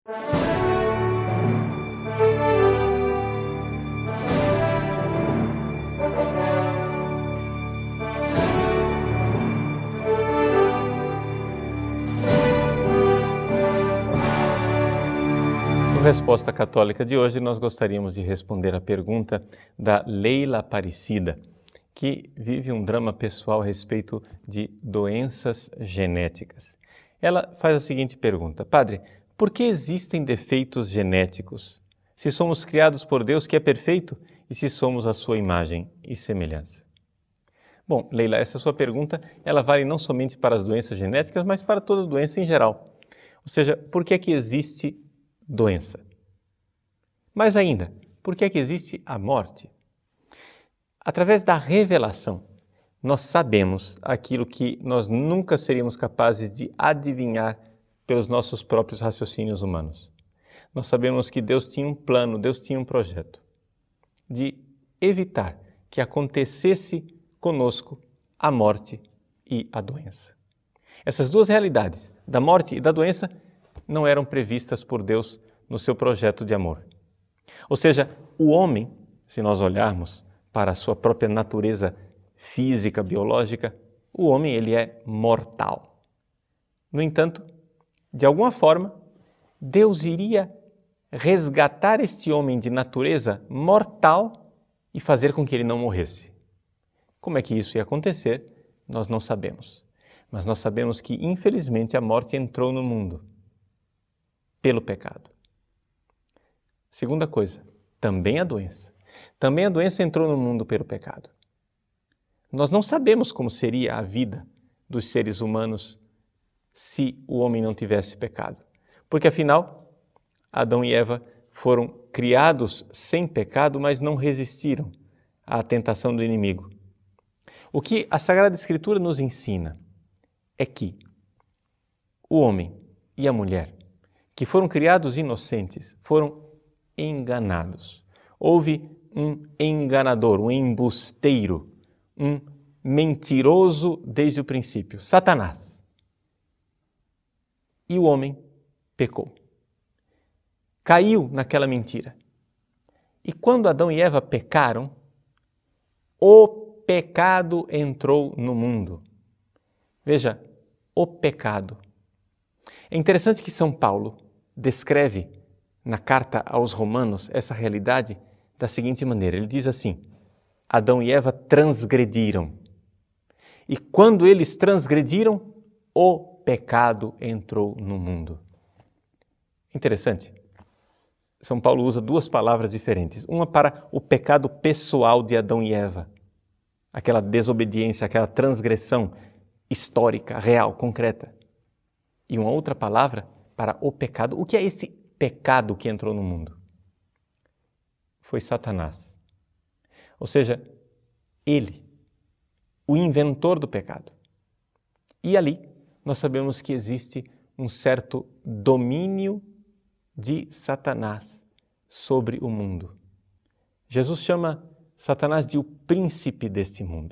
No Resposta Católica de hoje, nós gostaríamos de responder a pergunta da Leila Aparecida, que vive um drama pessoal a respeito de doenças genéticas. Ela faz a seguinte pergunta: Padre, por que existem defeitos genéticos? Se somos criados por Deus, que é perfeito, e se somos a sua imagem e semelhança? Bom, Leila, essa sua pergunta, ela vale não somente para as doenças genéticas, mas para toda doença em geral. Ou seja, por que é que existe doença? Mais ainda, por que é que existe a morte? Através da revelação, nós sabemos aquilo que nós nunca seríamos capazes de adivinhar pelos nossos próprios raciocínios humanos. Nós sabemos que Deus tinha um plano, Deus tinha um projeto de evitar que acontecesse conosco a morte e a doença. Essas duas realidades, da morte e da doença, não eram previstas por Deus no seu projeto de amor. Ou seja, o homem, se nós olharmos para a sua própria natureza física, biológica, o homem ele é mortal. No entanto, de alguma forma, Deus iria resgatar este homem de natureza mortal e fazer com que ele não morresse. Como é que isso ia acontecer? Nós não sabemos. Mas nós sabemos que, infelizmente, a morte entrou no mundo pelo pecado. Segunda coisa, também a doença. Também a doença entrou no mundo pelo pecado. Nós não sabemos como seria a vida dos seres humanos se o homem não tivesse pecado. Porque, afinal, Adão e Eva foram criados sem pecado, mas não resistiram à tentação do inimigo. O que a Sagrada Escritura nos ensina é que o homem e a mulher, que foram criados inocentes, foram enganados. Houve um enganador, um embusteiro, um mentiroso desde o princípio, Satanás. E o homem pecou. Caiu naquela mentira. E quando Adão e Eva pecaram, o pecado entrou no mundo. Veja, o pecado. É interessante que São Paulo descreve na carta aos Romanos essa realidade da seguinte maneira. Ele diz assim: Adão e Eva transgrediram. E quando eles transgrediram, o pecado entrou no mundo. Interessante. São Paulo usa duas palavras diferentes. Uma para o pecado pessoal de Adão e Eva. Aquela desobediência, aquela transgressão histórica, real, concreta. E uma outra palavra para o pecado. O que é esse pecado que entrou no mundo? Foi Satanás. Ou seja, ele, o inventor do pecado. E ali nós sabemos que existe um certo domínio de Satanás sobre o mundo. Jesus chama Satanás de o príncipe deste mundo.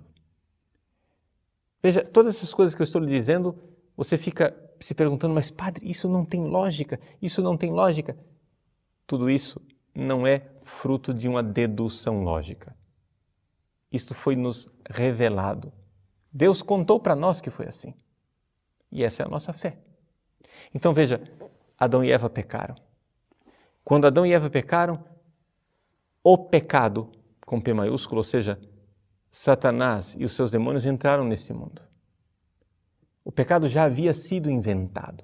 Veja, todas essas coisas que eu estou lhe dizendo, você fica se perguntando, mas padre, isso não tem lógica, isso não tem lógica. Tudo isso não é fruto de uma dedução lógica. Isto foi nos revelado. Deus contou para nós que foi assim. E essa é a nossa fé. Então veja, Adão e Eva pecaram. Quando Adão e Eva pecaram, o pecado, com P maiúsculo, ou seja, Satanás e os seus demônios entraram nesse mundo. O pecado já havia sido inventado.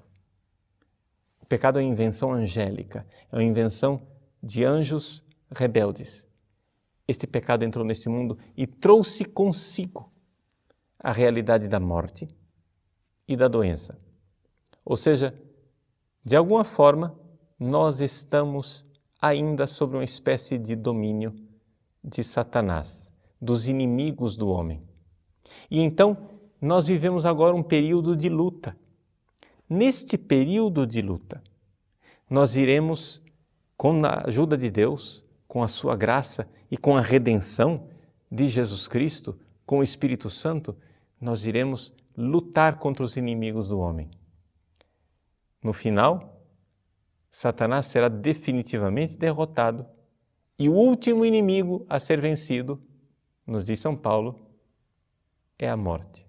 O pecado é uma invenção angélica, é uma invenção de anjos rebeldes. Este pecado entrou nesse mundo e trouxe consigo a realidade da morte e da doença. Ou seja, de alguma forma, nós estamos ainda sob uma espécie de domínio de Satanás, dos inimigos do homem. E então, nós vivemos agora um período de luta. Neste período de luta, nós iremos, com a ajuda de Deus, com a sua graça e com a redenção de Jesus Cristo, com o Espírito Santo, nós iremos lutar contra os inimigos do homem. No final, Satanás será definitivamente derrotado e o último inimigo a ser vencido, nos diz São Paulo, é a morte.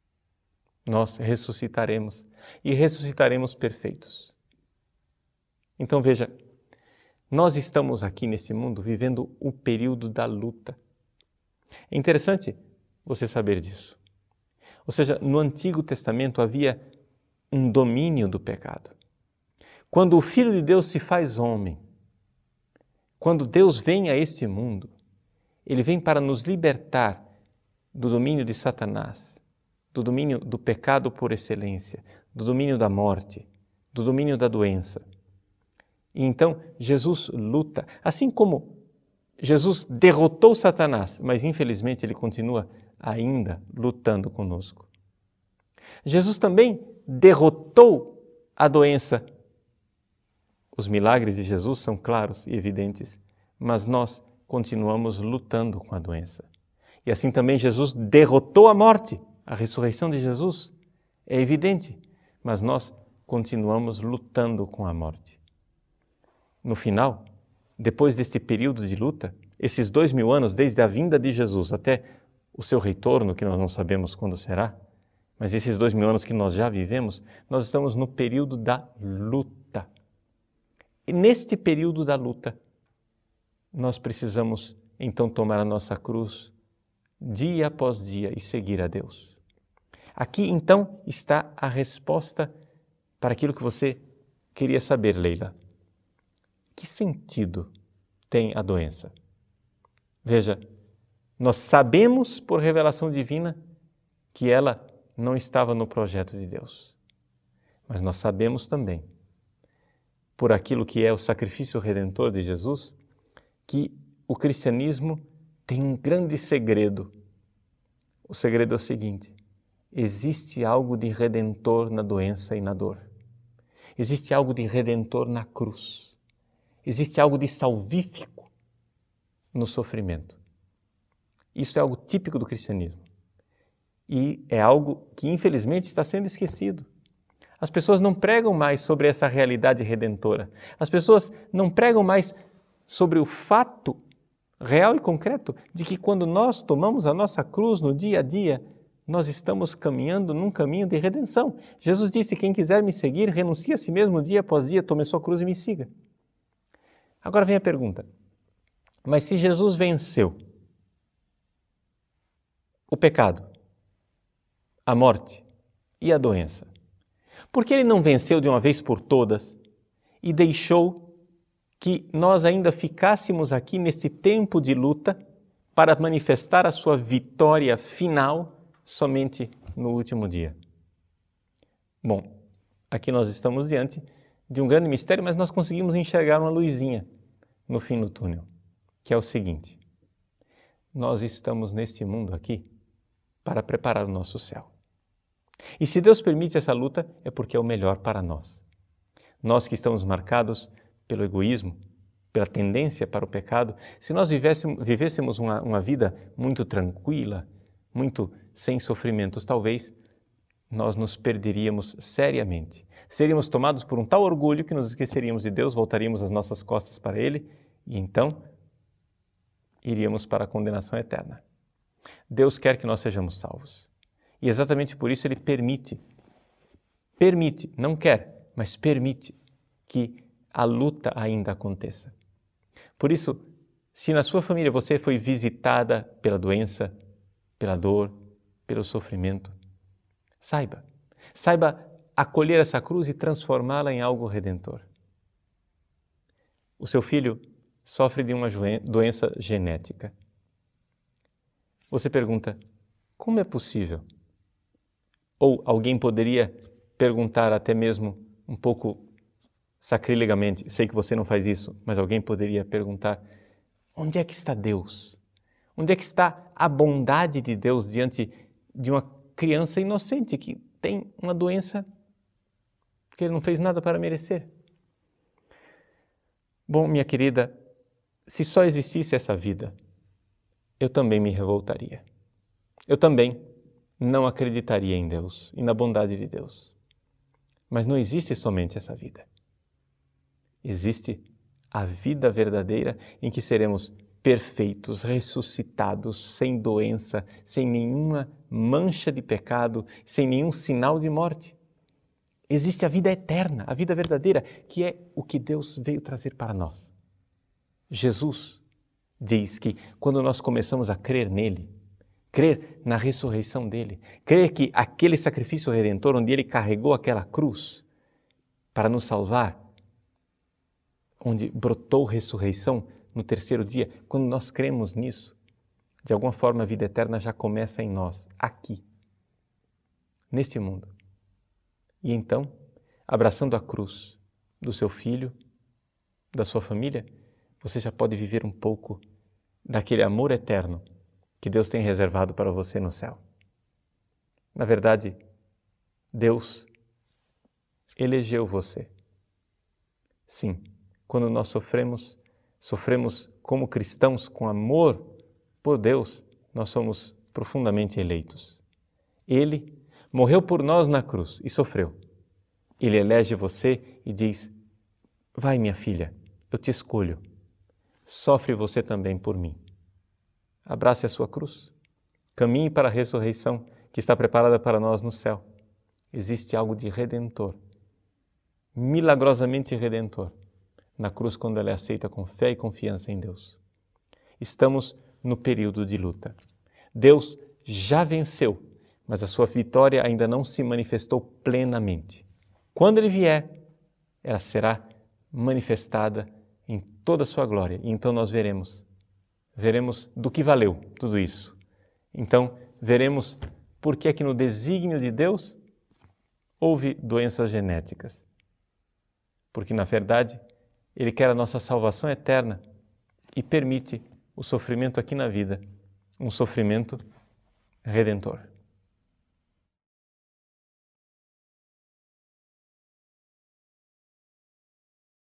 Nós ressuscitaremos e ressuscitaremos perfeitos. Então veja, nós estamos aqui nesse mundo vivendo o período da luta. É interessante você saber disso. Ou seja, no Antigo Testamento havia um domínio do pecado. Quando o Filho de Deus se faz homem, quando Deus vem a este mundo, Ele vem para nos libertar do domínio de Satanás, do domínio do pecado por excelência, do domínio da morte, do domínio da doença. E então Jesus luta, assim como Jesus derrotou Satanás, mas infelizmente Ele continua ainda lutando conosco. Jesus também derrotou a doença. Os milagres de Jesus são claros e evidentes, mas nós continuamos lutando com a doença. E assim também Jesus derrotou a morte. A ressurreição de Jesus é evidente, mas nós continuamos lutando com a morte. No final, depois deste período de luta, esses 2000 anos, desde a vinda de Jesus até o seu retorno, que nós não sabemos quando será, mas esses 2000 anos que nós já vivemos, nós estamos no período da luta. E neste período da luta, nós precisamos então tomar a nossa cruz dia após dia e seguir a Deus. Aqui então está a resposta para aquilo que você queria saber, Leila. Que sentido tem a doença? Veja, nós sabemos por revelação divina que ela não estava no projeto de Deus. Mas nós sabemos também, por aquilo que é o sacrifício redentor de Jesus, que o cristianismo tem um grande segredo. O segredo é o seguinte: existe algo de redentor na doença e na dor. Existe algo de redentor na cruz. Existe algo de salvífico no sofrimento. Isso é algo típico do cristianismo. E é algo que, infelizmente, está sendo esquecido. As pessoas não pregam mais sobre essa realidade redentora. As pessoas não pregam mais sobre o fato real e concreto de que quando nós tomamos a nossa cruz no dia a dia, nós estamos caminhando num caminho de redenção. Jesus disse: quem quiser me seguir, renuncie a si mesmo dia após dia, tome sua cruz e me siga. Agora vem a pergunta: mas se Jesus venceu o pecado, a morte e a doença, por que Ele não venceu de uma vez por todas e deixou que nós ainda ficássemos aqui nesse tempo de luta para manifestar a sua vitória final somente no último dia? Bom, aqui nós estamos diante de um grande mistério, mas nós conseguimos enxergar uma luzinha no fim do túnel, que é o seguinte: nós estamos neste mundo aqui para preparar o nosso céu. E se Deus permite essa luta, é porque é o melhor para nós. Nós que estamos marcados pelo egoísmo, pela tendência para o pecado, se nós vivêssemos uma vida muito tranquila, muito sem sofrimentos, talvez nós nos perderíamos seriamente. Seríamos tomados por um tal orgulho que nos esqueceríamos de Deus, voltaríamos as nossas costas para Ele e então iríamos para a condenação eterna. Deus quer que nós sejamos salvos. E exatamente por isso Ele permite, não quer, mas permite que a luta ainda aconteça. Por isso, se na sua família você foi visitada pela doença, pela dor, pelo sofrimento, saiba acolher essa cruz e transformá-la em algo redentor. O seu filho sofre de uma doença genética. Você pergunta: como é possível? Ou alguém poderia perguntar até mesmo um pouco sacrilegamente, sei que você não faz isso, mas alguém poderia perguntar: onde é que está Deus? Onde é que está a bondade de Deus diante de uma criança inocente que tem uma doença que Ele não fez nada para merecer? Bom, minha querida, se só existisse essa vida, eu também me revoltaria. Eu também não acreditaria em Deus e na bondade de Deus. Mas não existe somente essa vida. Existe a vida verdadeira em que seremos perfeitos, ressuscitados, sem doença, sem nenhuma mancha de pecado, sem nenhum sinal de morte. Existe a vida eterna, a vida verdadeira, que é o que Deus veio trazer para nós. Jesus diz que quando nós começamos a crer nele, crer na ressurreição dele, crer que aquele sacrifício redentor onde ele carregou aquela cruz para nos salvar, onde brotou ressurreição no terceiro dia, quando nós cremos nisso, de alguma forma a vida eterna já começa em nós, aqui, neste mundo. E então, abraçando a cruz do seu filho, da sua família, você já pode viver um pouco daquele amor eterno que Deus tem reservado para você no céu. Na verdade, Deus elegeu você. Sim, quando nós sofremos como cristãos com amor por Deus, nós somos profundamente eleitos. Ele morreu por nós na cruz e sofreu. Ele elege você e diz: vai, minha filha, eu te escolho. Sofre você também por mim. Abrace a sua cruz. Caminhe para a ressurreição que está preparada para nós no céu. Existe algo de redentor, milagrosamente redentor, na cruz quando ela é aceita com fé e confiança em Deus. Estamos no período de luta. Deus já venceu, mas a sua vitória ainda não se manifestou plenamente. Quando Ele vier, ela será manifestada em toda a sua glória. E então nós veremos do que valeu tudo isso. Então veremos por que é que no desígnio de Deus houve doenças genéticas. Porque na verdade Ele quer a nossa salvação eterna e permite o sofrimento aqui na vida, um sofrimento redentor.